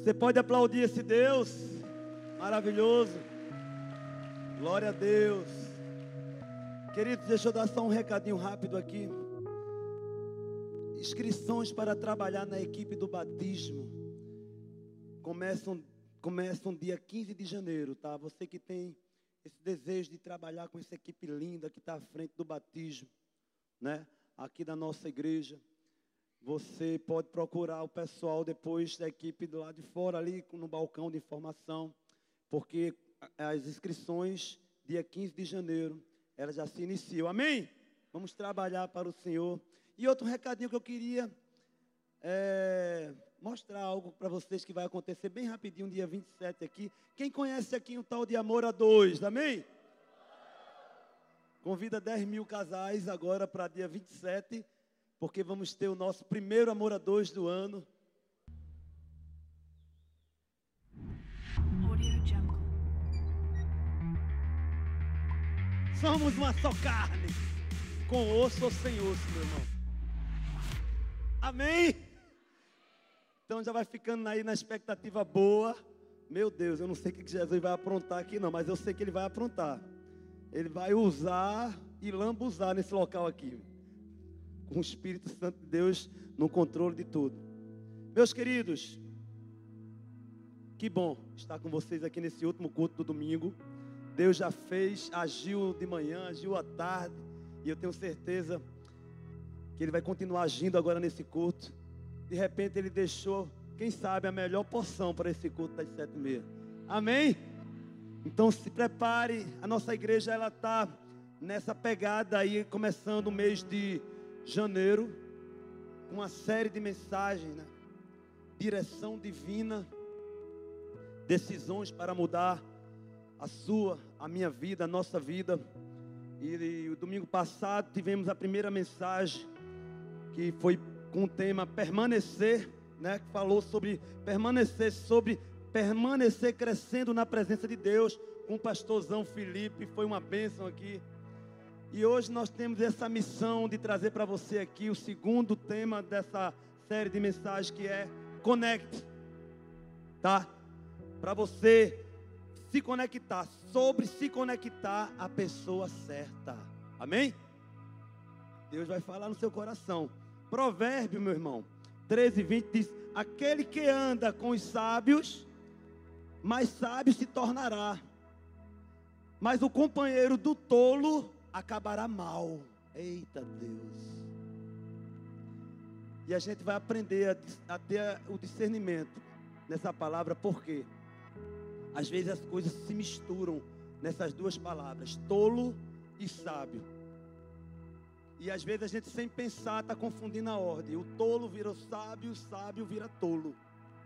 Você pode aplaudir esse Deus maravilhoso. Glória a Deus. Queridos, deixa eu dar só um recadinho rápido aqui. Inscrições para trabalhar na equipe do batismo começam dia 15 de janeiro, tá? Você que tem esse desejo de trabalhar com essa equipe linda que está à frente do batismo, né? Aqui da nossa igreja. Você pode procurar o pessoal depois da equipe do lado de fora ali no balcão de informação, porque as inscrições dia 15 de janeiro, elas já se iniciam. Amém? Vamos trabalhar para o Senhor. E outro recadinho que eu queria mostrar algo para vocês que vai acontecer bem rapidinho, dia 27 aqui. Quem conhece aqui um tal de Amor a Dois, amém? Convida 10.000 casais agora para dia 27, porque vamos ter o nosso primeiro Amor a Dois do ano. Somos uma só carne, com osso ou sem osso, meu irmão. Amém? Então já vai ficando aí na expectativa boa. Meu Deus, eu não sei o que Jesus vai aprontar aqui não, mas eu sei que Ele vai aprontar. Ele vai usar e lambuzar nesse local aqui, com o Espírito Santo de Deus no controle de tudo. Meus queridos, que bom estar com vocês aqui nesse último culto do domingo. Deus já fez, agiu de manhã, agiu à tarde, e eu tenho certeza que Ele vai continuar agindo agora nesse culto. De repente Ele deixou, quem sabe, a melhor porção para esse culto das 7h30. Amém? Então se prepare, a nossa igreja ela está nessa pegada aí, começando o mês de janeiro, com uma série de mensagens, né? Direção divina, decisões para mudar a minha vida, a nossa vida. E o domingo passado tivemos a primeira mensagem, que foi com o tema permanecer, né? Que falou sobre permanecer crescendo na presença de Deus, com o pastorzão Felipe. Foi uma bênção aqui. E hoje nós temos essa missão de trazer para você aqui o segundo tema dessa série de mensagens, que é Conecte, tá? Para você se conectar, sobre se conectar à pessoa certa. Amém? Deus vai falar no seu coração. Provérbio, meu irmão, 13:20 diz: aquele que anda com os sábios, mais sábio se tornará, mas o companheiro do tolo acabará mal. Eita Deus. E a gente vai aprender a ter o discernimento nessa palavra, por quê? Às vezes as coisas se misturam nessas duas palavras, tolo e sábio. E às vezes a gente, sem pensar, está confundindo a ordem. O tolo virou sábio, o sábio vira tolo.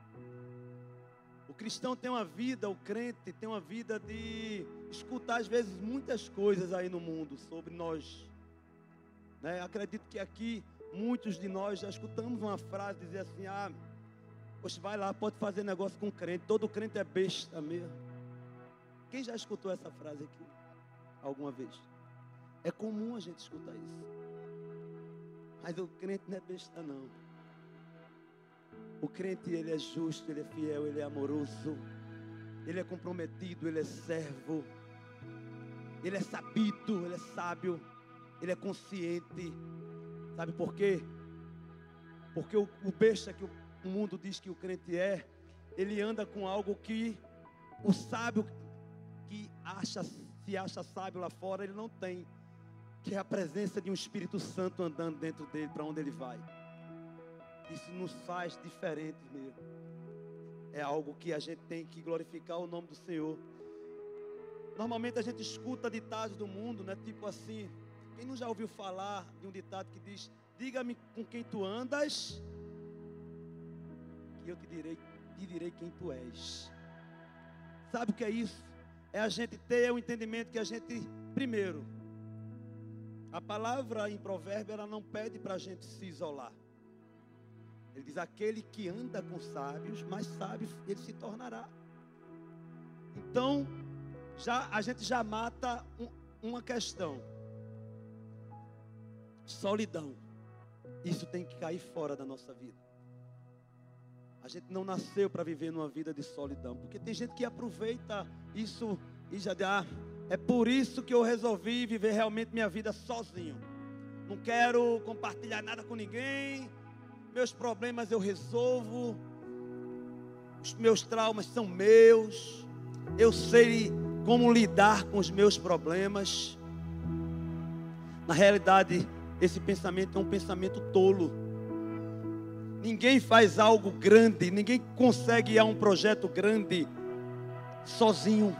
O cristão tem uma vida, o crente tem uma vida de escutar às vezes muitas coisas aí no mundo sobre nós, né? Acredito que aqui muitos de nós já escutamos uma frase dizer assim: poxa, vai lá, pode fazer negócio com crente, todo crente é besta mesmo. Quem já escutou essa frase aqui alguma vez? É comum a gente escutar isso. Mas o crente não é besta não. O crente, ele é justo, ele é fiel, ele é amoroso, ele é comprometido, ele é servo, ele é sabido, ele é sábio, ele é consciente. Sabe por quê? Porque o besta que o mundo diz que o crente é, ele anda com algo que o sábio que se acha sábio lá fora, ele não tem, que é a presença de um Espírito Santo andando dentro dele para onde ele vai. Isso nos faz diferentes mesmo. É algo que a gente tem que glorificar o nome do Senhor. Normalmente a gente escuta ditados do mundo, né? Tipo assim, quem não já ouviu falar de um ditado que diz: diga-me com quem tu andas, que eu te direi quem tu és. Sabe o que é isso? É a gente ter o entendimento que a gente, primeiro, a palavra em provérbio, ela não pede para a gente se isolar. Ele diz: aquele que anda com sábios, mais sábio ele se tornará. Então, a gente já mata uma questão. Solidão. Isso tem que cair fora da nossa vida. A gente não nasceu para viver numa vida de solidão. Porque tem gente que aproveita isso e já diz: é por isso que eu resolvi viver realmente minha vida sozinho. Não quero compartilhar nada com ninguém. Meus problemas eu resolvo. Os meus traumas são meus. Eu sei como lidar com os meus problemas. Na realidade, esse pensamento é um pensamento tolo. Ninguém faz algo grande, ninguém consegue ir a um projeto grande sozinho.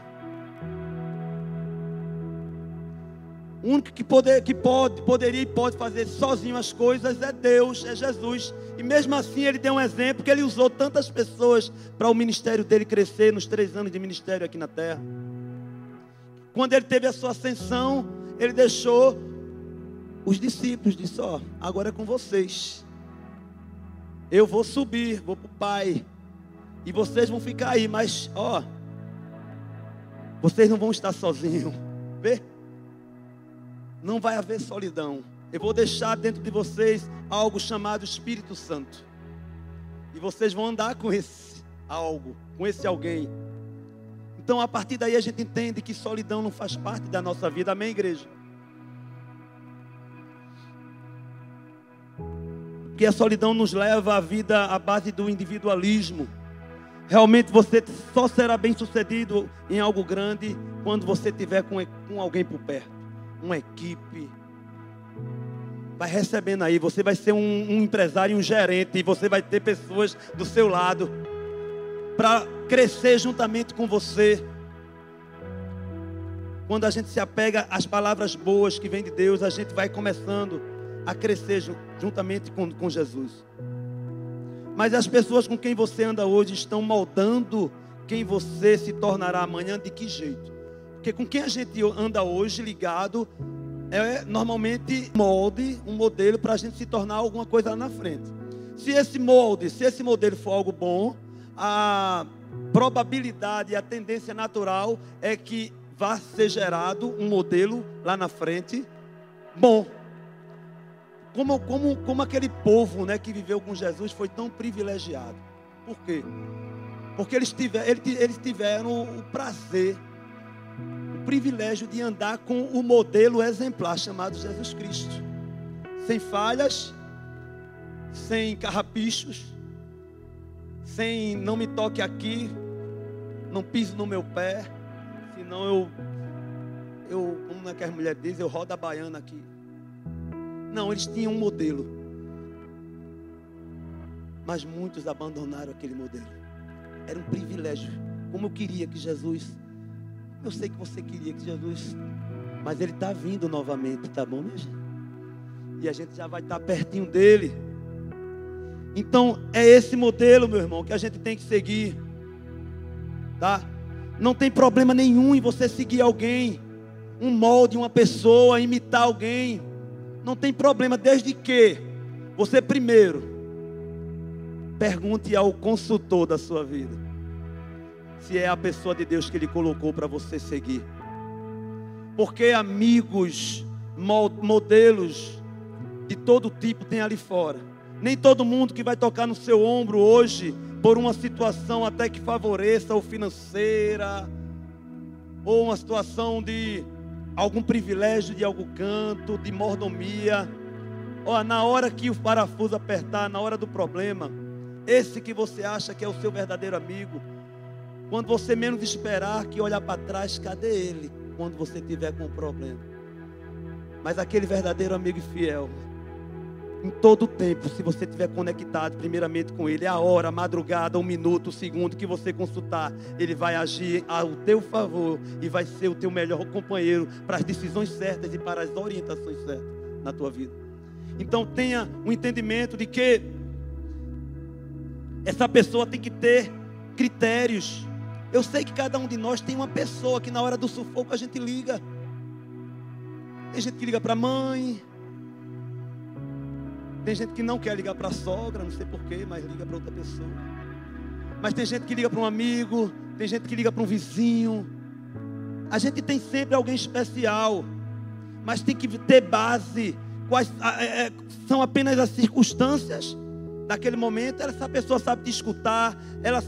O único que poderia e pode fazer sozinho as coisas é Deus, é Jesus. E mesmo assim ele deu um exemplo que ele usou tantas pessoas para o ministério dele crescer nos 3 anos de ministério aqui na terra. Quando ele teve a sua ascensão, ele deixou os discípulos, disse: agora é com vocês. Eu vou subir, vou para o Pai. E vocês vão ficar aí, mas vocês não vão estar sozinhos. Vê? Não vai haver solidão. Eu vou deixar dentro de vocês algo chamado Espírito Santo. E vocês vão andar com esse algo, com esse alguém. Então a partir daí a gente entende que solidão não faz parte da nossa vida. Amém, igreja? Porque a solidão nos leva à vida à base do individualismo. Realmente você só será bem sucedido em algo grande quando você tiver com alguém por perto. Uma equipe. Vai recebendo aí. Você vai ser um empresário, um gerente. E você vai ter pessoas do seu lado para crescer juntamente com você. Quando a gente se apega às palavras boas que vêm de Deus, a gente vai começando a crescer juntamente com Jesus. Mas as pessoas com quem você anda hoje estão moldando quem você se tornará amanhã. De que jeito? Porque com quem a gente anda hoje ligado é normalmente um modelo para a gente se tornar alguma coisa lá na frente. Se esse modelo for algo bom, a probabilidade e a tendência natural é que vá ser gerado um modelo lá na frente bom. Como aquele povo, né, que viveu com Jesus foi tão privilegiado. Por quê? Porque eles tiveram o prazer, o privilégio de andar com o modelo exemplar chamado Jesus Cristo. Sem falhas, sem carrapichos, sem não me toque aqui, não pise no meu pé, senão como é que as mulheres dizem, eu rodo a baiana aqui. Não, eles tinham um modelo. Mas muitos abandonaram aquele modelo. Era um privilégio. Como eu queria que Jesus... Eu sei que você queria que Jesus... Mas Ele está vindo novamente, tá bom, minha gente? E a gente já vai estar pertinho dEle. Então, é esse modelo, meu irmão, que a gente tem que seguir. Tá? Não tem problema nenhum em você seguir alguém. Um molde, uma pessoa, imitar alguém. Não tem problema, desde que você primeiro pergunte ao consultor da sua vida se é a pessoa de Deus que Ele colocou para você seguir. Porque amigos, modelos de todo tipo tem ali fora. Nem todo mundo que vai tocar no seu ombro hoje por uma situação até que favoreça ou financeira, ou uma situação de algum privilégio de algum canto, de mordomia. Na hora que o parafuso apertar, na hora do problema, esse que você acha que é o seu verdadeiro amigo, quando você menos esperar, que olhar para trás, cadê ele? Quando você tiver com um problema. Mas aquele verdadeiro amigo e fiel, em todo o tempo, se você estiver conectado primeiramente com ele, a hora, a madrugada, o minuto, o segundo que você consultar, ele vai agir ao teu favor e vai ser o teu melhor companheiro para as decisões certas e para as orientações certas na tua vida. Então tenha um entendimento de que essa pessoa tem que ter critérios. Eu sei que cada um de nós tem uma pessoa que na hora do sufoco a gente liga. Tem gente que liga para a mãe. Tem gente que não quer ligar para a sogra, não sei porquê, mas liga para outra pessoa. Mas tem gente que liga para um amigo, tem gente que liga para um vizinho. A gente tem sempre alguém especial, mas tem que ter base. Quais são apenas as circunstâncias naquele momento, essa pessoa sabe te escutar, ela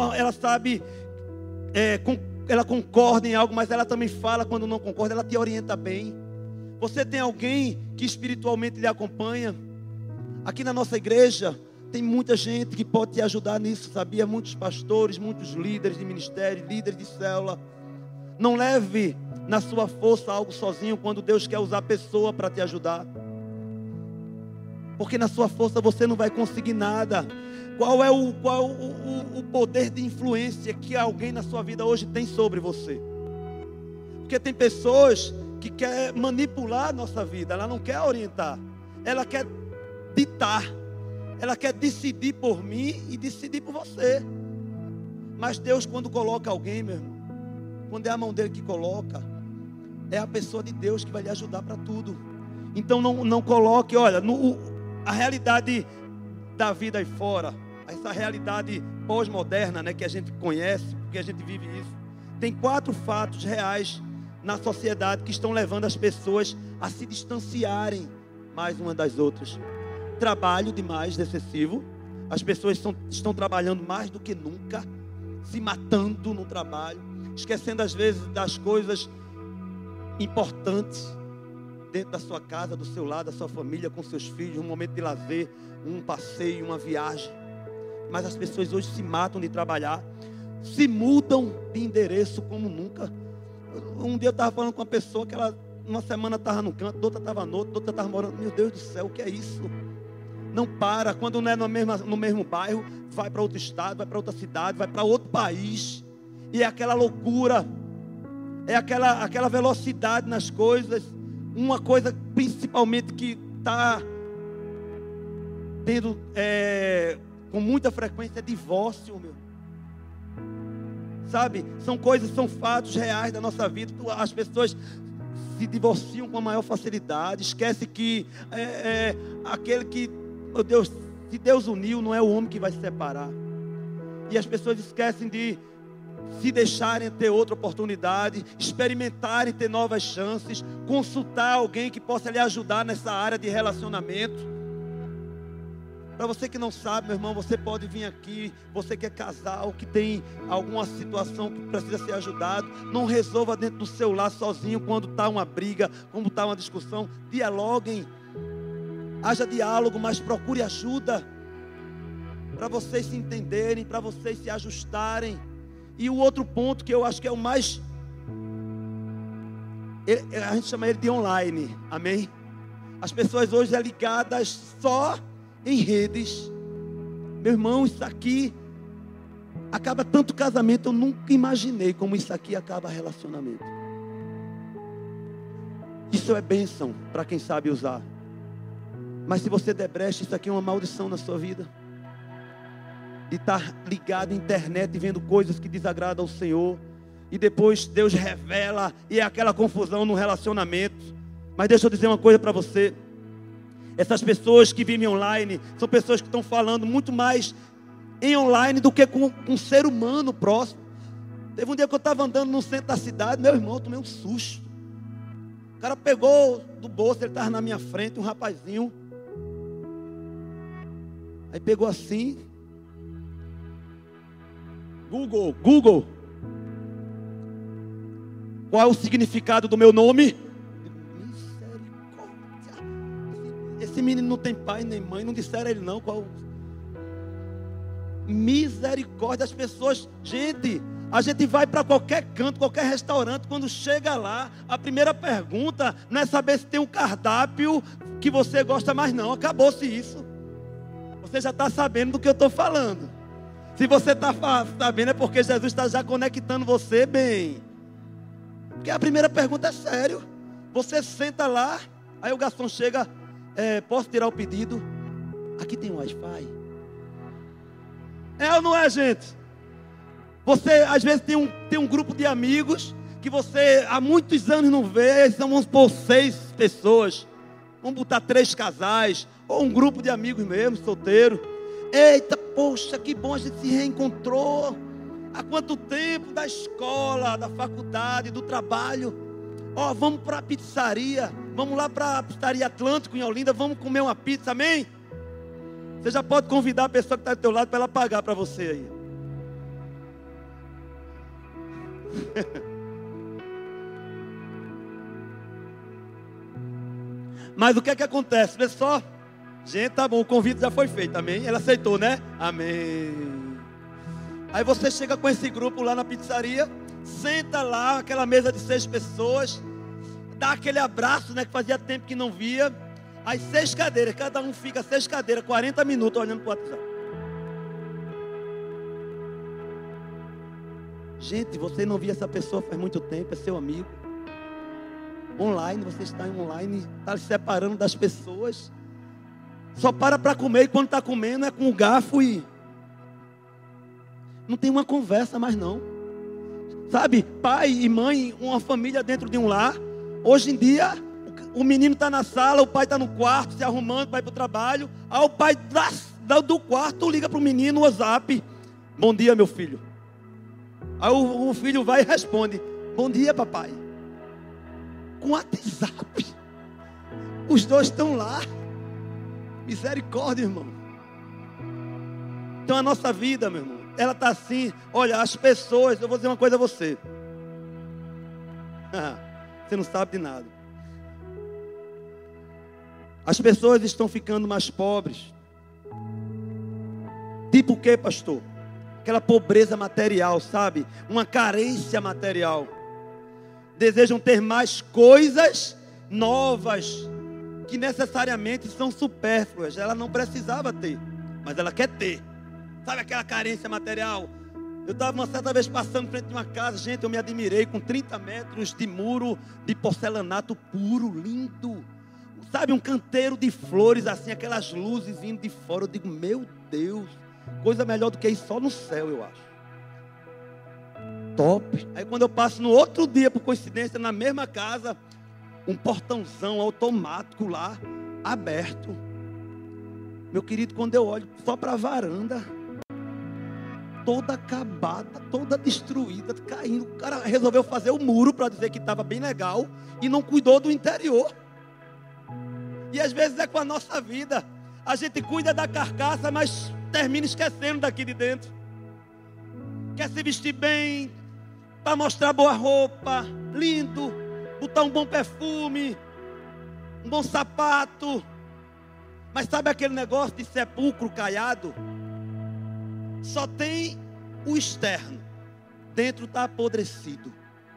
concorda em algo, mas ela também fala quando não concorda, ela te orienta bem. Você tem alguém que espiritualmente lhe acompanha? Aqui na nossa igreja tem muita gente que pode te ajudar nisso, sabia? Muitos pastores, muitos líderes de ministério, líderes de célula. Não leve na sua força algo sozinho quando Deus quer usar a pessoa para te ajudar. Porque na sua força você não vai conseguir nada. Qual é o poder de influência que alguém na sua vida hoje tem sobre você? Porque tem pessoas que querem manipular a nossa vida. Ela não quer orientar. Ela quer ditar. Ela quer decidir por mim e decidir por você. Mas Deus, quando coloca alguém, meu irmão, quando é a mão dele que coloca, é a pessoa de Deus que vai lhe ajudar para tudo. Então não coloque, olha, a realidade da vida aí fora, essa realidade pós-moderna, né, que a gente conhece, porque a gente vive isso. Tem 4 fatos reais na sociedade que estão levando as pessoas a se distanciarem mais umas das outras. Trabalho demais, excessivo. As pessoas estão trabalhando mais do que nunca, se matando no trabalho, esquecendo às vezes das coisas importantes dentro da sua casa, do seu lado, da sua família, com seus filhos, um momento de lazer, um passeio, uma viagem. Mas as pessoas hoje se matam de trabalhar, se mudam de endereço como nunca. Um dia eu estava falando com uma pessoa que ela, uma semana estava num canto, outra estava no outro, outra estava morando. Meu Deus do céu, o que é isso? Não para, quando não é no mesmo bairro, vai para outro estado, vai para outra cidade, vai para outro país. E é aquela loucura, é aquela velocidade nas coisas. Uma coisa principalmente que está tendo com muita frequência é divórcio, meu. Sabe? São coisas, são fatos reais da nossa vida. As pessoas se divorciam com a maior facilidade. Esquece que aquele que, meu Deus, se Deus uniu, não é o homem que vai se separar. E as pessoas esquecem de se deixarem ter outra oportunidade, experimentarem ter novas chances, consultar alguém que possa lhe ajudar nessa área de relacionamento. Para você que não sabe, meu irmão, você pode vir aqui, você que é casal, que tem alguma situação que precisa ser ajudado, não resolva dentro do seu lar sozinho quando está uma briga, quando está uma discussão. Dialoguem, haja diálogo, mas procure ajuda para vocês se entenderem, para vocês se ajustarem. E o outro ponto que eu acho que é o mais, a gente chama ele de online, amém? As pessoas hoje são ligadas só em redes. Meu irmão, isso aqui acaba tanto casamento. Eu nunca imaginei como isso aqui acaba relacionamento. Isso é bênção para quem sabe usar. Mas se você der brecha, isso aqui é uma maldição na sua vida. De estar ligado à internet e vendo coisas que desagradam ao Senhor. E depois Deus revela e é aquela confusão no relacionamento. Mas deixa eu dizer uma coisa para você. Essas pessoas que vivem online são pessoas que estão falando muito mais em online do que com um ser humano próximo. Teve um dia que eu estava andando no centro da cidade, meu irmão, eu tomei um susto. O cara pegou do bolso, ele estava na minha frente, um rapazinho. Aí pegou assim. Google. Qual é o significado do meu nome? Esse menino não tem pai nem mãe, não disseram a ele não. Qual? Misericórdia. As pessoas, gente, a gente vai para qualquer canto, qualquer restaurante, quando chega lá, a primeira pergunta não é saber se tem um cardápio que você gosta mais não. Acabou-se isso. Você já está sabendo do que eu estou falando. Se você está sabendo é porque Jesus está já conectando você bem. Porque a primeira pergunta é sério. Você senta lá, aí o garçom chega, posso tirar o pedido? Aqui tem um Wi-Fi. É ou não é, gente? Você às vezes tem um grupo de amigos que você há muitos anos não vê. Vamos por 6 pessoas. Vamos botar 3 casais. Ou um grupo de amigos mesmo, solteiro. Eita, poxa, que bom, a gente se reencontrou. Há quanto tempo? Da escola, da faculdade, do trabalho. Ó, vamos para a pizzaria. Vamos lá para a pizzaria Atlântico em Olinda. Vamos comer uma pizza, amém? Você já pode convidar a pessoa que está do teu lado para ela pagar para você aí. Mas o que é que acontece? Vê só. Gente, tá bom, o convite já foi feito, amém? Ela aceitou, né? Amém. Aí você chega com esse grupo lá na pizzaria, senta lá, aquela mesa de 6 pessoas, dá aquele abraço, né, que fazia tempo que não via. Aí 6 cadeiras, cada um fica 6 cadeiras, 40 minutos olhando para o WhatsApp. Gente, você não via essa pessoa faz muito tempo, é seu amigo. Online, você está online, está se separando das pessoas. Só para comer e quando está comendo é com o garfo e... Não tem uma conversa mais não. Sabe, pai e mãe, uma família dentro de um lar. Hoje em dia, o menino está na sala, o pai está no quarto, se arrumando para ir para o trabalho. Aí o pai do quarto liga para o menino no WhatsApp. Bom dia, meu filho. Aí o filho vai e responde. Bom dia, papai. Com WhatsApp. Os dois estão lá. Misericórdia, irmão. Então a nossa vida, meu irmão, ela está assim. Olha, as pessoas, eu vou dizer uma coisa a você. Você não sabe de nada. As pessoas estão ficando mais pobres. Tipo o que, pastor? Aquela pobreza material, sabe? Uma carência material. Desejam ter mais coisas novas, que necessariamente são supérfluas. Ela não precisava ter, mas ela quer ter. Sabe aquela carência material? Eu estava uma certa vez passando frente de uma casa, gente, eu me admirei, com 30 metros de muro de porcelanato puro, lindo. Sabe, um canteiro de flores assim, aquelas luzes vindo de fora. Eu digo, meu Deus, coisa melhor do que isso só no céu, eu acho. Top. Aí quando eu passo no outro dia, por coincidência, na mesma casa, um portãozão automático lá, aberto. Meu querido, quando eu olho só para a varanda, toda acabada, toda destruída, caindo. O cara resolveu fazer o muro para dizer que estava bem legal e não cuidou do interior. E às vezes é com a nossa vida. A gente cuida da carcaça, mas termina esquecendo daqui de dentro. Quer se vestir bem, para mostrar boa roupa, lindo, botar um bom perfume, um bom sapato. Mas sabe aquele negócio de sepulcro caiado? Só tem o externo. Dentro está apodrecido.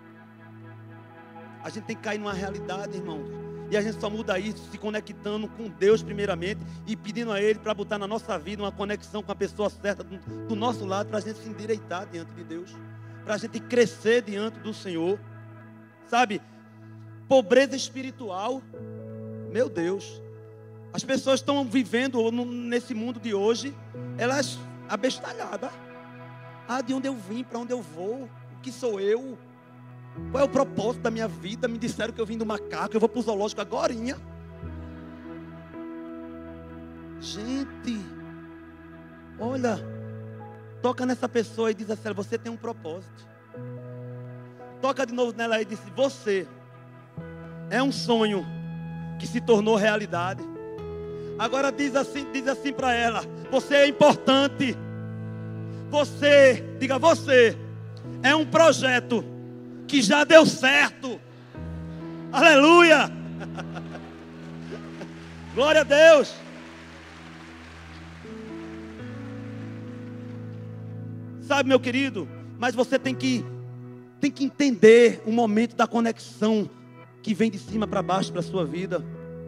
A gente tem que cair numa realidade, irmãos. E a gente só muda isso se conectando com Deus primeiramente e pedindo a Ele para botar na nossa vida uma conexão com a pessoa certa do nosso lado, para a gente se endireitar diante de Deus, para a gente crescer diante do Senhor. Sabe? Pobreza espiritual. Meu Deus. As pessoas estão vivendo nesse mundo de hoje, elas abestalhadas. De onde eu vim, para onde eu vou, o que sou eu? Qual é o propósito da minha vida? Me disseram que eu vim do macaco, eu vou para o zoológico agorinha. Gente, olha, toca nessa pessoa e diz assim, você tem um propósito. Toca de novo nela e diz, você é um sonho que se tornou realidade. Agora diz assim para ela, você é importante. Diga, você é um projeto que já deu certo. Aleluia. Glória a Deus. Sabe, meu querido, mas você tem que entender o momento da conexão que vem de cima para baixo para a sua vida.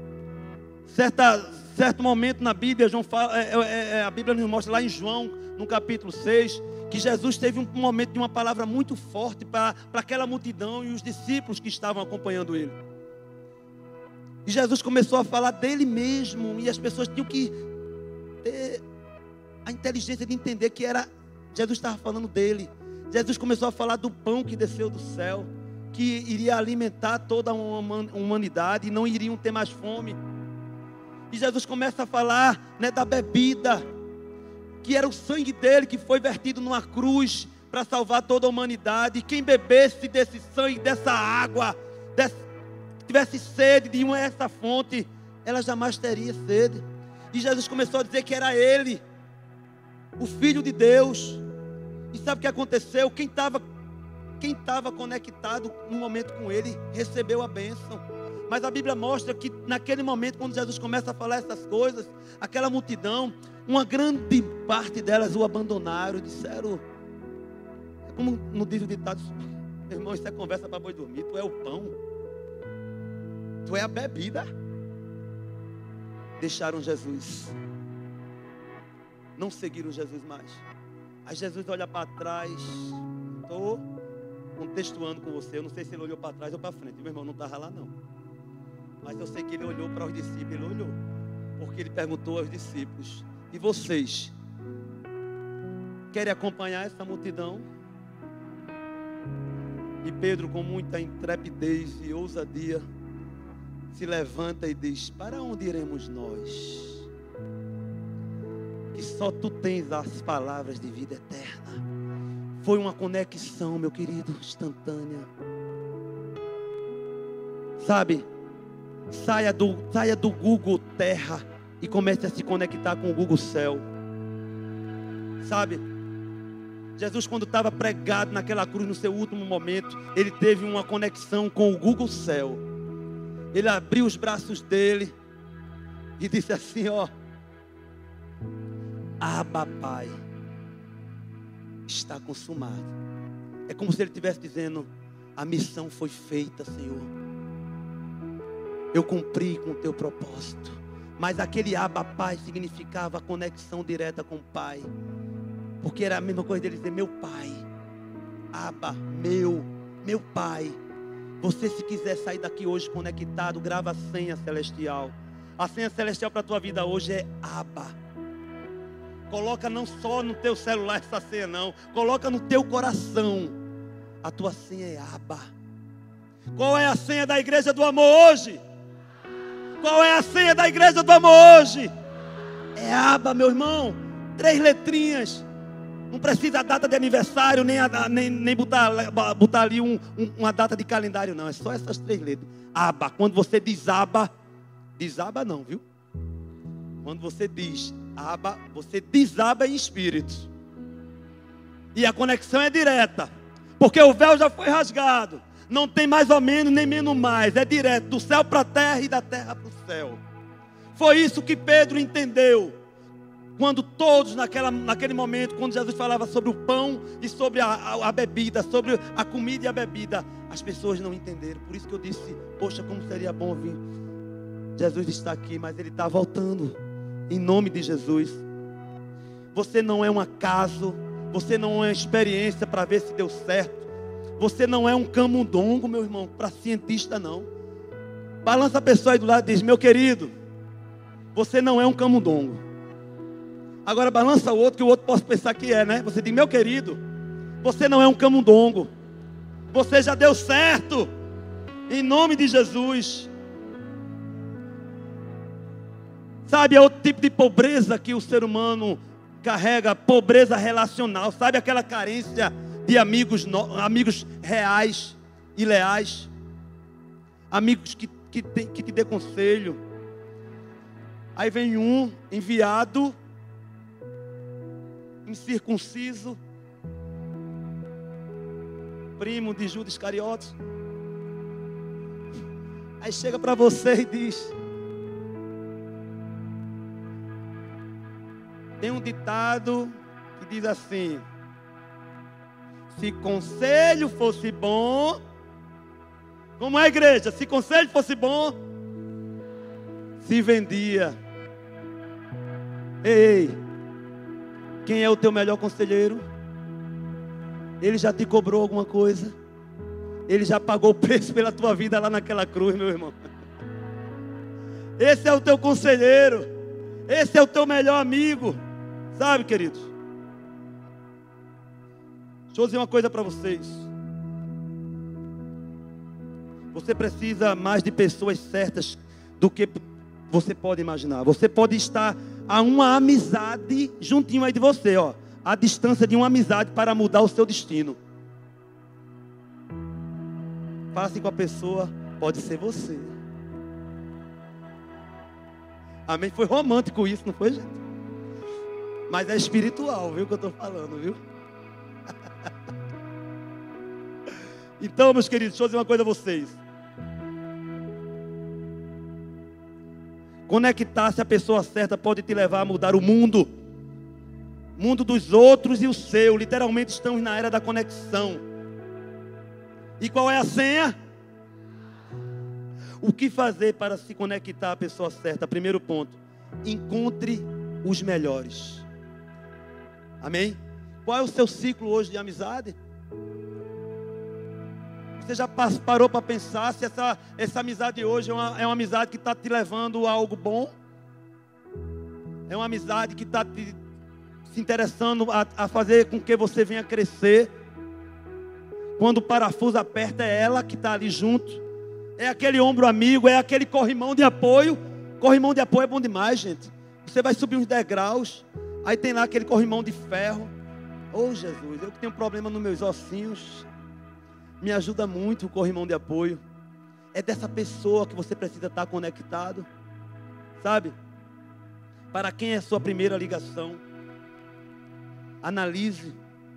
Certo momento na Bíblia, João fala, a Bíblia nos mostra lá em João, no capítulo 6, que Jesus teve um momento de uma palavra muito forte para aquela multidão e os discípulos que estavam acompanhando ele. E Jesus começou a falar dele mesmo, e as pessoas tinham que ter a inteligência de entender que Jesus estava falando dele. Jesus começou a falar do pão que desceu do céu, que iria alimentar toda a humanidade e não iriam ter mais fome. E Jesus começa a falar, né, da bebida, que era o sangue dele que foi vertido numa cruz para salvar toda a humanidade. E quem bebesse desse sangue, dessa água, tivesse sede de essa fonte, ela jamais teria sede. E Jesus começou a dizer que era Ele, o Filho de Deus. E sabe o que aconteceu? Quem estava conectado no momento com Ele, recebeu a bênção. Mas a Bíblia mostra que naquele momento, quando Jesus começa a falar essas coisas, aquela multidão, uma grande parte delas o abandonaram, disseram, é como no diz o ditado, meu irmão, isso é conversa para boi dormir, tu é o pão, tu é a bebida. Deixaram Jesus, não seguiram Jesus mais. Aí Jesus olha para trás, estou contextuando com você, eu não sei se ele olhou para trás ou para frente, meu irmão não estava lá não. Mas eu sei que ele olhou para os discípulos, ele olhou, porque ele perguntou aos discípulos, e vocês, querem acompanhar essa multidão? E Pedro, com muita intrepidez e ousadia, se levanta e diz, para onde iremos nós? Que só tu tens as palavras de vida eterna. Foi uma conexão, meu querido, instantânea. Sabe? Saia do Google Terra e comece a se conectar com o Google Céu. Sabe? Jesus, quando estava pregado naquela cruz, no seu último momento, ele teve uma conexão com o Google Céu. Ele abriu os braços dele e disse assim, ó, Abba, Pai, está consumado. É como se ele estivesse dizendo, a missão foi feita, Senhor. Eu cumpri com o teu propósito. Mas aquele Abba, Pai, significava a conexão direta com o Pai. Porque era a mesma coisa dele dizer, meu Pai. Abba, meu Pai. Você, se quiser sair daqui hoje conectado, grava a senha celestial. A senha celestial para a tua vida hoje é Abba. Coloca não só no teu celular essa senha não. Coloca no teu coração. A tua senha é Abba. Qual é a senha da igreja do amor hoje? Qual é a senha da igreja do amor hoje? É Abba, meu irmão. 3 letrinhas. Não precisa a data de aniversário, nem botar ali uma data de calendário, não. É só essas 3 letras. Abba. Quando você diz Abba não, viu? Quando você diz Abba, você desaba em espírito. E a conexão é direta. Porque o véu já foi rasgado. Não tem mais ou menos, nem menos mais. É direto, do céu para a terra e da terra para o céu. Foi isso que Pedro entendeu. Quando todos, naquele momento, quando Jesus falava sobre o pão e sobre a bebida, sobre a comida e a bebida, as pessoas não entenderam. Por isso que eu disse, poxa, como seria bom vir. Jesus está aqui, mas Ele está voltando. Em nome de Jesus. Você não é um acaso. Você não é uma experiência para ver se deu certo. Você não é um camundongo, meu irmão, para cientista não. Balança a pessoa aí do lado e diz, meu querido, você não é um camundongo. Agora balança o outro, que o outro possa pensar que é, né? Você diz, meu querido, você não é um camundongo. Você já deu certo. Em nome de Jesus. Sabe, é outro tipo de pobreza que o ser humano carrega, pobreza relacional. Sabe aquela carência de amigos reais e leais? Amigos que te dê conselho. Aí vem um enviado, incircunciso, primo de Judas Iscariotes. Aí chega para você e diz, tem um ditado que diz assim, se conselho fosse bom, como é a igreja? Se conselho fosse bom, se vendia. Ei, quem é o teu melhor conselheiro? Ele já te cobrou alguma coisa? Ele já pagou o preço pela tua vida lá naquela cruz, meu irmão. Esse é o teu conselheiro. Esse é o teu melhor amigo. Sabe, queridos? Deixa eu dizer uma coisa para vocês. Você precisa mais de pessoas certas do que você pode imaginar. Você pode estar a uma amizade juntinho aí de você, ó, a distância de uma amizade para mudar o seu destino. Fala assim com a pessoa, pode ser você. Amém? Foi romântico isso, não foi, gente? Mas é espiritual, viu, que eu estou falando, viu? Então, meus queridos, deixa eu dizer uma coisa a vocês. Conectar-se à pessoa certa pode te levar a mudar o mundo. Mundo dos outros e o seu. Literalmente estamos na era da conexão. E qual é a senha? O que fazer para se conectar à pessoa certa? Primeiro ponto: encontre os melhores. Amém? Qual é o seu ciclo hoje de amizade? Você já parou para pensar se essa amizade hoje é uma amizade que está te levando a algo bom? É uma amizade que está se interessando a fazer com que você venha crescer? Quando o parafuso aperta, é ela que está ali junto. É aquele ombro amigo, é aquele corrimão de apoio. Corrimão de apoio é bom demais, gente. Você vai subir uns degraus, aí tem lá aquele corrimão de ferro. Oh, Jesus, eu que tenho problema nos meus ossinhos. Me ajuda muito o corrimão de apoio. É dessa pessoa que você precisa estar conectado. Sabe? Para quem é a sua primeira ligação? Analise.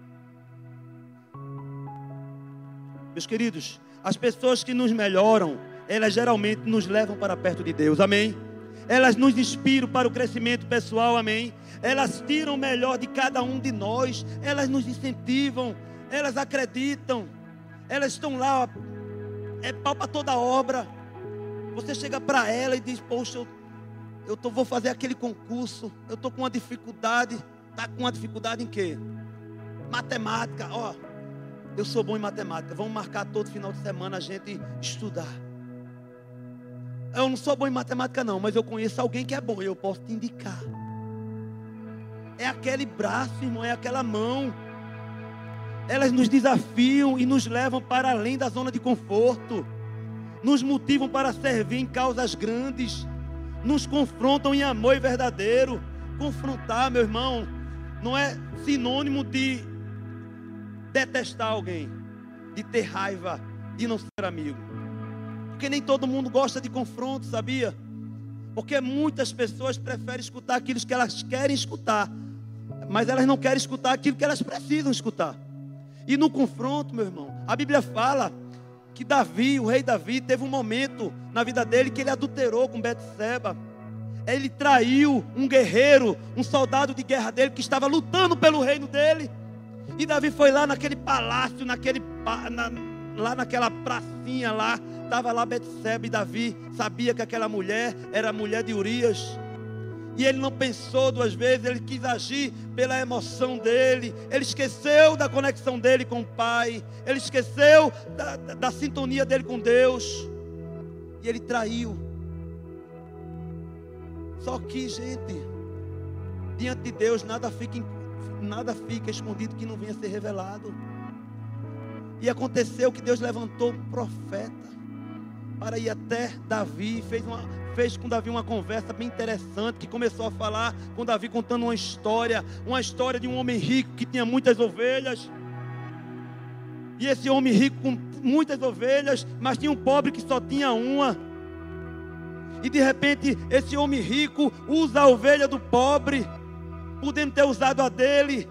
Meus queridos, as pessoas que nos melhoram, elas geralmente nos levam para perto de Deus, amém? Elas nos inspiram para o crescimento pessoal, amém? Elas tiram o melhor de cada um de nós, elas nos incentivam, elas acreditam, elas estão lá, é pau para toda obra. Você chega para ela e diz: poxa, vou fazer aquele concurso, eu estou com uma dificuldade. Está com uma dificuldade em quê? Matemática, ó. Eu sou bom em matemática. Vamos marcar todo final de semana a gente estudar. Eu não sou bom em matemática não, mas eu conheço alguém que é bom e eu posso te indicar. É aquele braço, irmão, é aquela mão. Elas nos desafiam e nos levam para além da zona de conforto. Nos motivam para servir em causas grandes. Nos confrontam em amor verdadeiro. Confrontar, meu irmão, não é sinônimo de detestar alguém, de ter raiva, de não ser amigo. Porque nem todo mundo gosta de confronto, sabia? Porque muitas pessoas preferem escutar aquilo que elas querem escutar, mas elas não querem escutar aquilo que elas precisam escutar. E no confronto, meu irmão, a Bíblia fala que Davi, o rei Davi, teve um momento na vida dele que ele adulterou com Betseba. Ele traiu um guerreiro, um soldado de guerra dele que estava lutando pelo reino dele. E Davi foi lá naquele palácio, lá naquela pracinha lá, estava lá Betseba, e Davi sabia que aquela mulher era a mulher de Urias. E ele não pensou duas vezes, ele quis agir pela emoção dele. Ele esqueceu da conexão dele com o Pai. Ele esqueceu da sintonia dele com Deus. E ele traiu. Só que, gente, diante de Deus nada fica escondido que não venha a ser revelado. E aconteceu que Deus levantou um profeta para ir até Davi. Fez com Davi uma conversa bem interessante, que começou a falar com Davi, contando uma história de um homem rico que tinha muitas ovelhas. E esse homem rico com muitas ovelhas, mas tinha um pobre que só tinha uma. E de repente esse homem rico usa a ovelha do pobre, podendo ter usado a dele.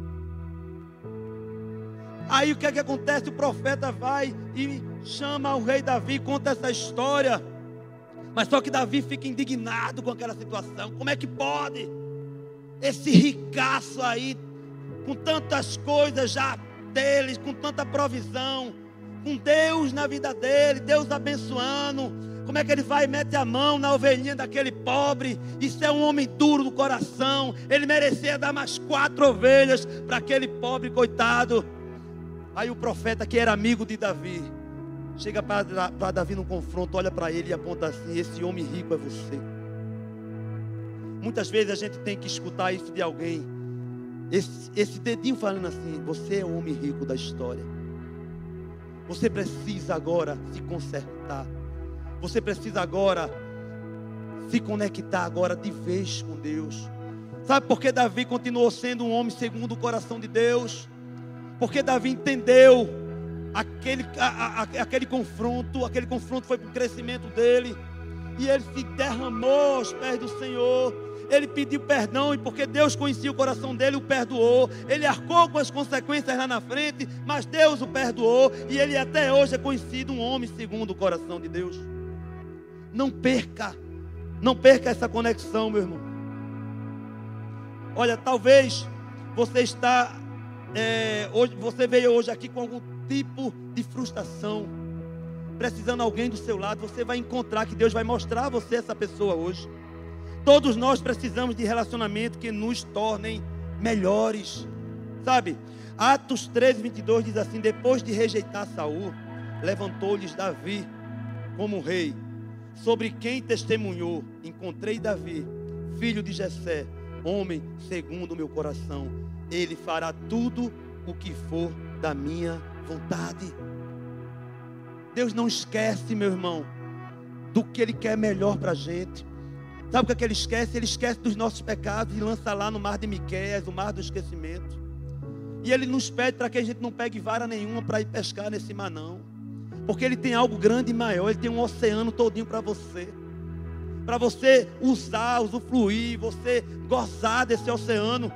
Aí o que é que acontece? O profeta vai e chama o rei Davi, conta essa história. Mas só que Davi fica indignado com aquela situação. Como é que pode? Esse ricaço aí, com tantas coisas já deles, com tanta provisão, com Deus na vida dele, Deus abençoando. Como é que ele vai e mete a mão na ovelhinha daquele pobre? Isso é um homem duro do coração. Ele merecia dar mais 4 ovelhas para aquele pobre coitado. Aí o profeta, que era amigo de Davi, chega para Davi no confronto, olha para ele e aponta assim: esse homem rico é você. Muitas vezes a gente tem que escutar isso de alguém, esse dedinho falando assim: você é o homem rico da história. Você precisa agora se consertar. Você precisa agora se conectar agora de vez com Deus. Sabe por que Davi continuou sendo um homem segundo o coração de Deus? Porque Davi entendeu aquele confronto foi para o crescimento dele. e ele se derramou aos pés do Senhor. Ele pediu perdão, e porque Deus conhecia o coração dele, o perdoou. Ele arcou com as consequências lá na frente, mas Deus o perdoou, e ele até hoje é conhecido um homem segundo o coração de Deus. Não perca essa conexão, meu irmão. Olha, talvez você você veio hoje aqui com algum tipo de frustração, precisando de alguém do seu lado. Você vai encontrar, que Deus vai mostrar a você essa pessoa hoje. Todos nós precisamos de relacionamento que nos tornem melhores, sabe? Atos 13, 22 diz assim: depois de rejeitar Saul, levantou-lhes Davi como rei, sobre quem testemunhou: encontrei Davi, filho de Jessé, homem segundo o meu coração. Ele fará tudo o que for da minha vontade. Deus não esquece, meu irmão, do que Ele quer melhor para a gente. Sabe o que Ele esquece? Ele esquece dos nossos pecados e lança lá no mar de Miqueias, o mar do esquecimento. E Ele nos pede para que a gente não pegue vara nenhuma para ir pescar nesse mar, não. Porque Ele tem algo grande e maior. Ele tem um oceano todinho para você usar, usufruir, você gozar desse oceano.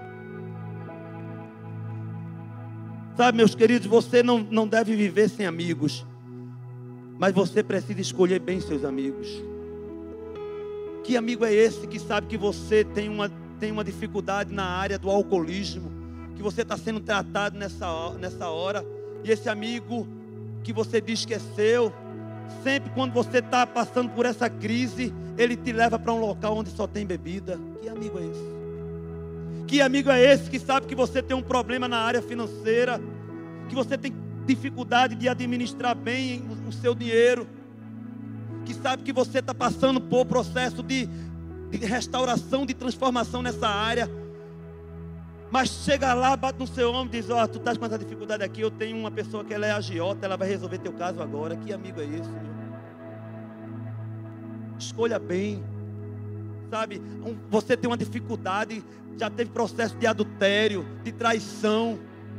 Sabe, meus queridos, você não deve viver sem amigos, mas você precisa escolher bem seus amigos. Que amigo é esse que sabe que você tem uma dificuldade na área do alcoolismo, que você está sendo tratado nessa hora, e esse amigo que você diz que é seu, sempre quando você está passando por essa crise, ele te leva para um local onde só tem bebida? Que amigo é esse? Que amigo é esse que sabe que você tem um problema na área financeira, que você tem dificuldade de administrar bem o seu dinheiro, que sabe que você está passando por processo de restauração, de transformação nessa área, mas chega lá, bate no seu ombro e diz: tu estás com essa dificuldade aqui, eu tenho uma pessoa que ela é agiota, ela vai resolver teu caso agora. Que amigo é esse, meu? Escolha bem. Sabe, você tem uma dificuldade, já teve processo de adultério, de traição,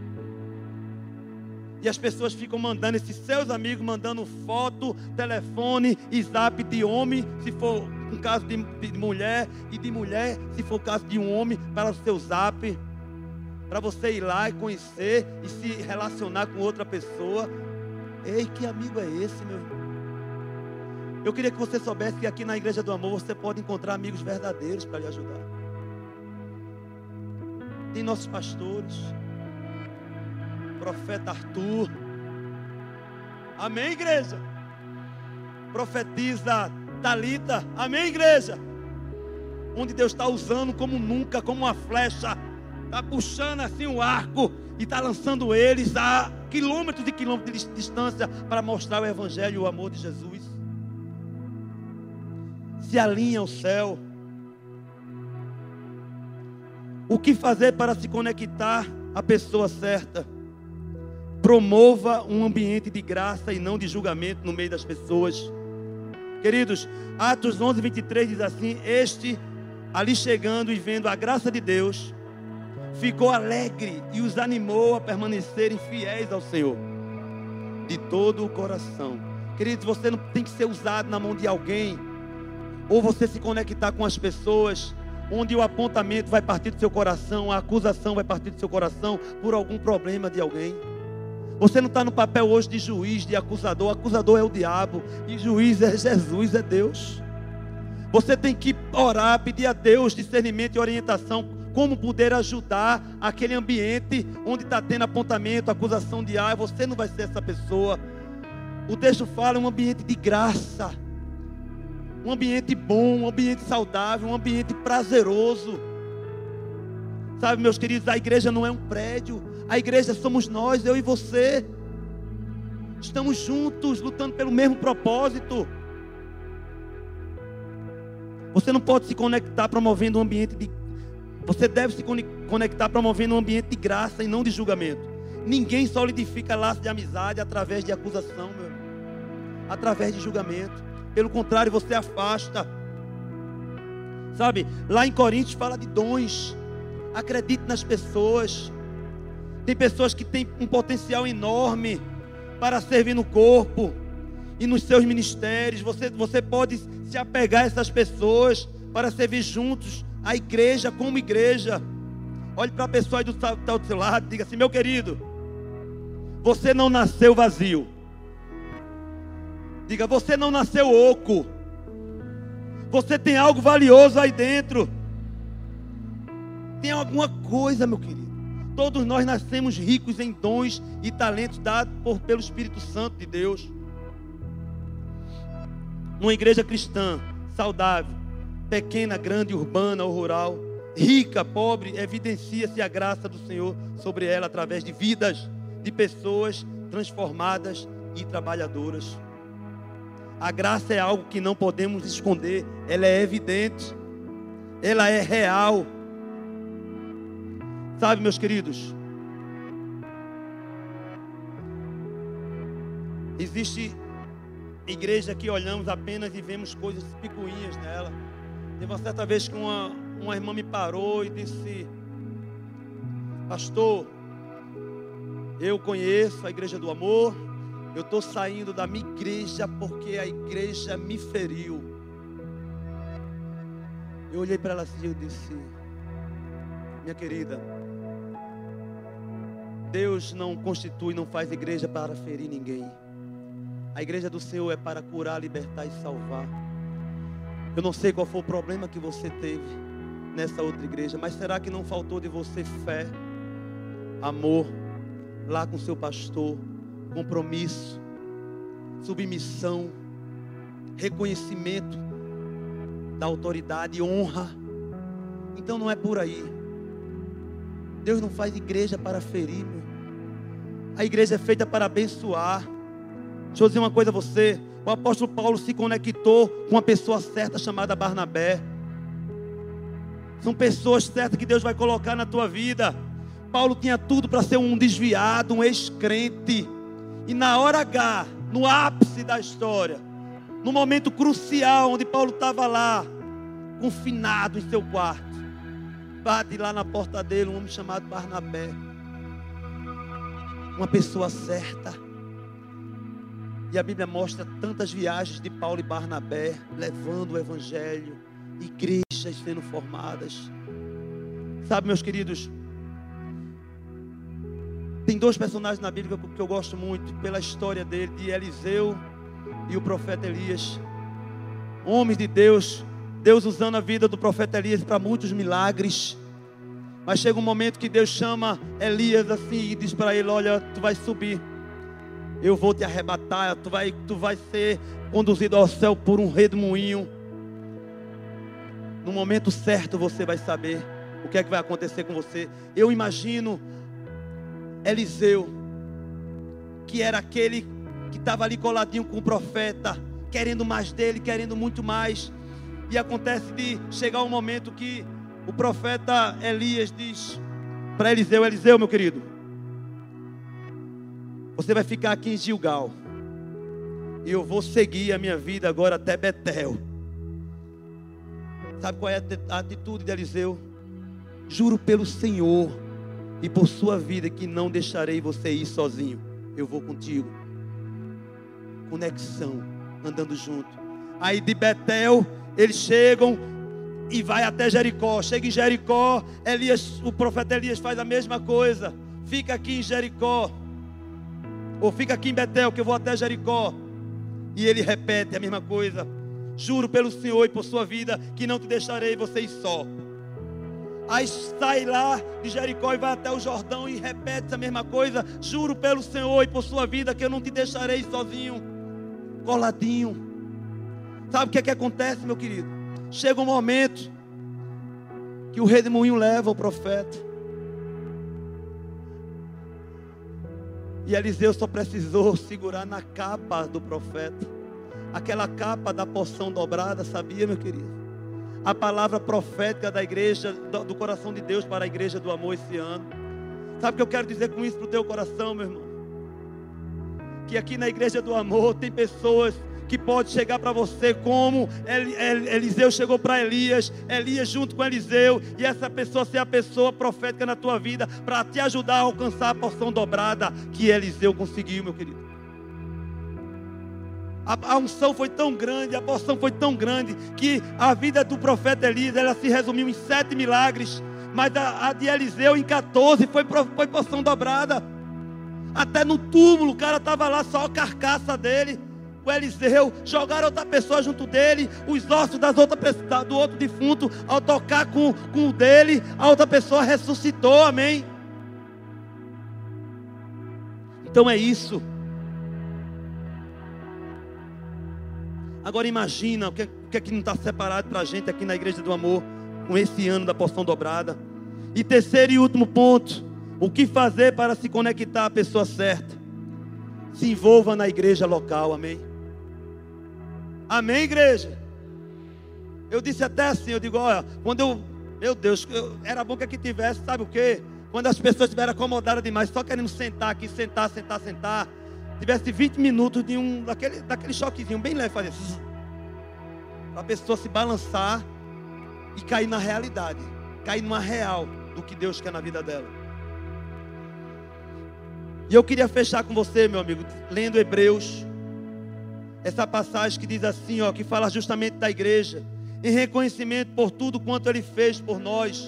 e as pessoas ficam mandando, esses seus amigos mandando foto, telefone e zap de homem, se for um caso de mulher, e de mulher, se for o caso de um homem, para o seu zap, para você ir lá e conhecer e se relacionar com outra pessoa. Ei, que amigo é esse, meu irmão? Eu queria que você soubesse que aqui na Igreja do Amor você pode encontrar amigos verdadeiros para lhe ajudar. Tem nossos pastores, profeta Arthur, amém, igreja? Profetiza Thalita, amém, igreja? Onde Deus está usando como nunca, como uma flecha, está puxando assim o arco e está lançando eles a quilômetros e quilômetros de distância para mostrar o Evangelho e o amor de Jesus. Se alinha ao céu. O que fazer para se conectar à pessoa certa? Promova um ambiente de graça e não de julgamento no meio das pessoas. Queridos, Atos 11, 23 diz assim: este, ali chegando e vendo a graça de Deus, ficou alegre e os animou a permanecerem fiéis ao Senhor de todo o coração. Queridos, você não tem que ser usado na mão de alguém, ou você se conectar com as pessoas onde o apontamento vai partir do seu coração, a acusação vai partir do seu coração por algum problema de alguém. Você não está no papel hoje de juiz, de acusador. O acusador é o diabo e juiz é Jesus, é Deus. Você tem que orar, pedir a Deus discernimento e orientação, como poder ajudar aquele ambiente onde está tendo apontamento, acusação de você não vai ser essa pessoa. O texto fala um ambiente de graça, um ambiente bom, um ambiente saudável, um ambiente prazeroso. Sabe, meus queridos, a igreja não é um prédio, a igreja somos nós, eu e você. Estamos juntos, lutando pelo mesmo propósito. Você não pode se conectar promovendo um ambiente de... Você deve se conectar promovendo um ambiente de graça e não de julgamento. Ninguém solidifica laços de amizade através de acusação, meu irmão, através de julgamento. Pelo contrário, você afasta. Sabe, lá em Coríntios fala de dons. Acredite nas pessoas. Tem pessoas que têm um potencial enorme para servir no corpo, e nos seus ministérios. Você pode se apegar a essas pessoas para servir juntos a igreja como igreja. Olhe para a pessoa aí do seu lado, diga assim: meu querido, você não nasceu vazio. Diga: você não nasceu oco. Você tem algo valioso aí dentro. Tem alguma coisa, meu querido. Todos nós nascemos ricos em dons e talentos dados pelo Espírito Santo de Deus. Numa igreja cristã, saudável, pequena, grande, urbana ou rural, rica, pobre, evidencia-se a graça do Senhor sobre ela através de vidas de pessoas transformadas e trabalhadoras. A graça é algo que não podemos esconder, ela é evidente, ela é real. Sabe, meus queridos, existe igreja que olhamos apenas e vemos coisas picuinhas nela. Teve uma certa vez que uma irmã me parou e disse: pastor, eu conheço a igreja do amor, eu estou saindo da minha igreja porque a igreja me feriu. Eu olhei para ela assim e disse: minha querida, Deus não constitui, não faz igreja para ferir ninguém. A igreja do Senhor é para curar, libertar e salvar. Eu não sei qual foi o problema que você teve nessa outra igreja, mas será que não faltou de você fé, amor, lá com seu pastor, compromisso, submissão, reconhecimento da autoridade, honra? Então não é por aí. Deus não faz igreja para ferir, meu. A igreja é feita para abençoar. Deixa eu dizer uma coisa a você. O apóstolo Paulo se conectou com uma pessoa certa chamada Barnabé. São pessoas certas que Deus vai colocar na tua vida. Paulo tinha tudo para ser um desviado, um ex-crente. E na hora H, no ápice da história, no momento crucial onde Paulo estava lá, confinado em seu quarto, bate lá na porta dele um homem chamado Barnabé. Uma pessoa certa. E a Bíblia mostra tantas viagens de Paulo e Barnabé, levando o evangelho, igrejas sendo formadas. Sabe, meus queridos, tem dois personagens na Bíblia que eu gosto muito, pela história dele, de Eliseu e o profeta Elias. Homens de Deus, Deus usando a vida do profeta Elias para muitos milagres. Mas chega um momento que Deus chama Elias assim e diz para ele: olha, tu vai subir, eu vou te arrebatar, tu vai ser conduzido ao céu por um redemoinho. No momento certo você vai saber o que é que vai acontecer com você. Eu imagino Eliseu, que era aquele que estava ali coladinho com o profeta, querendo mais dele, querendo muito mais. E acontece de chegar um momento que o profeta Elias diz para Eliseu: Eliseu, meu querido, você vai ficar aqui em Gilgal, e eu vou seguir a minha vida agora até Betel. Sabe qual é a atitude de Eliseu? Juro pelo Senhor e por sua vida que não deixarei você ir sozinho. Eu vou contigo. Conexão, andando junto. Aí de Betel eles chegam e vai até Jericó. Chega em Jericó, o profeta Elias faz a mesma coisa. Fica aqui em Jericó, ou fica aqui em Betel, que eu vou até Jericó. E ele repete a mesma coisa: juro pelo Senhor e por sua vida que não te deixarei você ir só. Aí sai lá de Jericó e vai até o Jordão e repete a mesma coisa: juro pelo Senhor e por sua vida que eu não te deixarei sozinho. Coladinho. Sabe o que é que acontece, meu querido? Chega um momento que o redemoinho leva o profeta, e Eliseu só precisou segurar na capa do profeta, aquela capa da porção dobrada, sabia, meu querido? A palavra profética da igreja, do coração de Deus para a igreja do amor esse ano. Sabe o que eu quero dizer com isso para o teu coração, meu irmão? Que aqui na igreja do amor tem pessoas que podem chegar para você como Eliseu chegou para Elias, Elias junto com Eliseu, e essa pessoa ser a pessoa profética na tua vida para te ajudar a alcançar a porção dobrada que Eliseu conseguiu, meu querido. A unção foi tão grande, a porção foi tão grande, que a vida do profeta Elias, ela se resumiu em 7 milagres. Mas a de Eliseu em 14 foi porção dobrada. Até no túmulo, o cara estava lá, só a carcaça dele. O Eliseu, jogaram outra pessoa junto dele. Os ossos do outro defunto, ao tocar com o dele, a outra pessoa ressuscitou, amém. Então é isso. Agora imagina o que é que não está separado para a gente aqui na Igreja do Amor, com esse ano da porção dobrada. E terceiro e último ponto, o que fazer para se conectar à pessoa certa? Se envolva na igreja local, amém? Amém, igreja? Eu disse até assim, eu digo, olha, meu Deus, era bom que aqui tivesse, sabe o quê? Quando as pessoas estiverem acomodadas demais, só querendo sentar aqui, sentar, tivesse 20 minutos de daquele choquezinho bem leve, fazer para a pessoa se balançar e cair na realidade, cair numa real do que Deus quer na vida dela. E eu queria fechar com você, meu amigo, lendo Hebreus, essa passagem que diz assim, ó, que fala justamente da igreja, em reconhecimento por tudo quanto Ele fez por nós.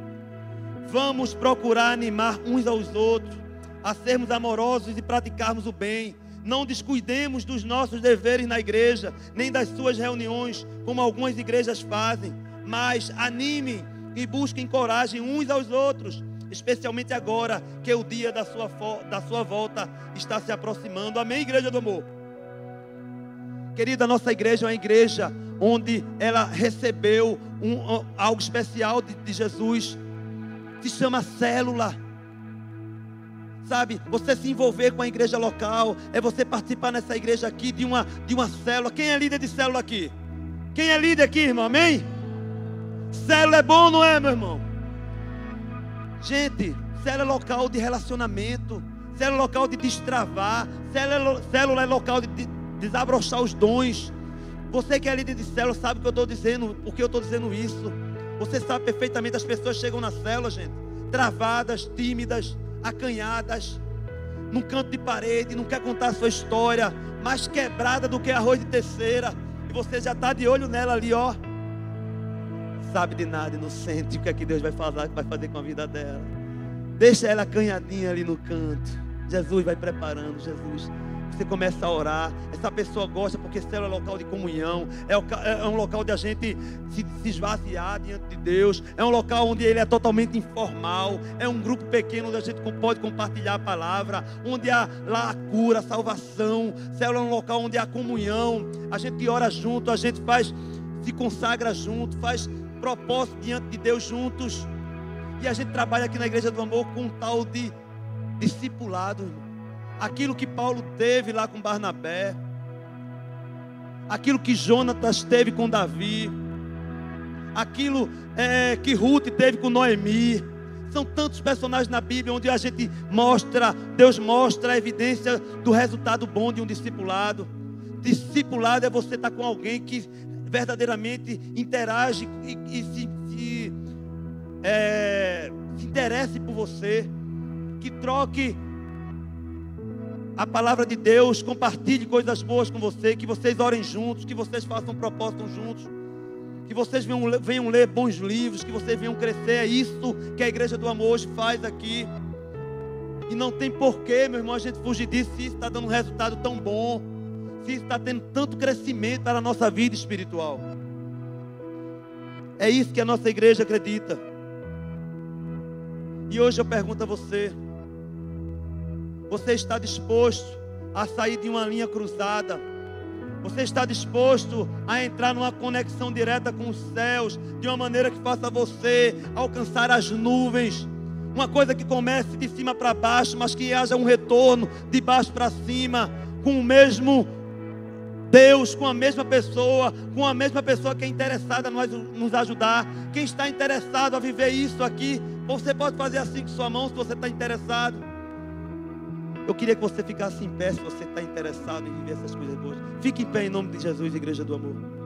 Vamos procurar animar uns aos outros, a sermos amorosos e praticarmos o bem. Não descuidemos dos nossos deveres na igreja, nem das suas reuniões, como algumas igrejas fazem, mas animem e busquem coragem uns aos outros, especialmente agora que o dia da sua volta está se aproximando. Amém, Igreja do Amor? Querida, a nossa igreja é uma igreja onde ela recebeu algo especial de Jesus, se chama célula. Sabe, você se envolver com a igreja local, é você participar nessa igreja aqui de uma célula. Quem é líder de célula aqui? Quem é líder aqui, irmão? Amém? Célula é bom, não é, meu irmão? Gente, célula é local de relacionamento, célula é local de destravar, célula é local de desabrochar os dons. Você que é líder de célula sabe o que eu estou dizendo, por que eu estou dizendo isso. Você sabe perfeitamente, as pessoas chegam na célula, gente, travadas, tímidas, acanhadas, num canto de parede, não quer contar a sua história, mais quebrada do que arroz de terceira, e você já está de olho nela ali, ó. Sabe de nada, inocente, o que é que Deus vai fazer com a vida dela. Deixa ela acanhadinha ali no canto. Jesus vai preparando, Jesus. Você começa a orar. Essa pessoa gosta porque célula é local de comunhão. É um local de a gente se esvaziar diante de Deus. É um local onde ele é totalmente informal. É um grupo pequeno onde a gente pode compartilhar a palavra. Onde há lá a cura, a salvação. Célula é um local onde há comunhão. A gente ora junto, a gente se consagra junto, faz propósito diante de Deus juntos. E a gente trabalha aqui na Igreja do Amor com um tal de discipulado, irmão. Aquilo que Paulo teve lá com Barnabé, aquilo que Jonatas teve com Davi, aquilo que Ruth teve com Noemi. São tantos personagens na Bíblia onde a gente Deus mostra a evidência do resultado bom de um discipulado. Discipulado é você estar com alguém que verdadeiramente interage e se interesse por você, que troque a palavra de Deus, compartilhe coisas boas com você, que vocês orem juntos, que vocês façam propósito juntos, que vocês venham ler bons livros, que vocês venham crescer. É isso que a Igreja do Amor hoje faz aqui. E não tem porquê, meu irmão, a gente fugir disso, se isso está dando um resultado tão bom, se isso está tendo tanto crescimento para a nossa vida espiritual. É isso que a nossa igreja acredita. E hoje eu pergunto a você: você está disposto a sair de uma linha cruzada? Você está disposto a entrar numa conexão direta com os céus, de uma maneira que faça você alcançar as nuvens? Uma coisa que comece de cima para baixo, mas que haja um retorno de baixo para cima, com o mesmo Deus, com a mesma pessoa que é interessada a nos ajudar. Quem está interessado a viver isso aqui, você pode fazer assim com sua mão, se você está interessado. Eu queria que você ficasse em pé, se você está interessado em viver essas coisas boas. Fique em pé em nome de Jesus, Igreja do Amor.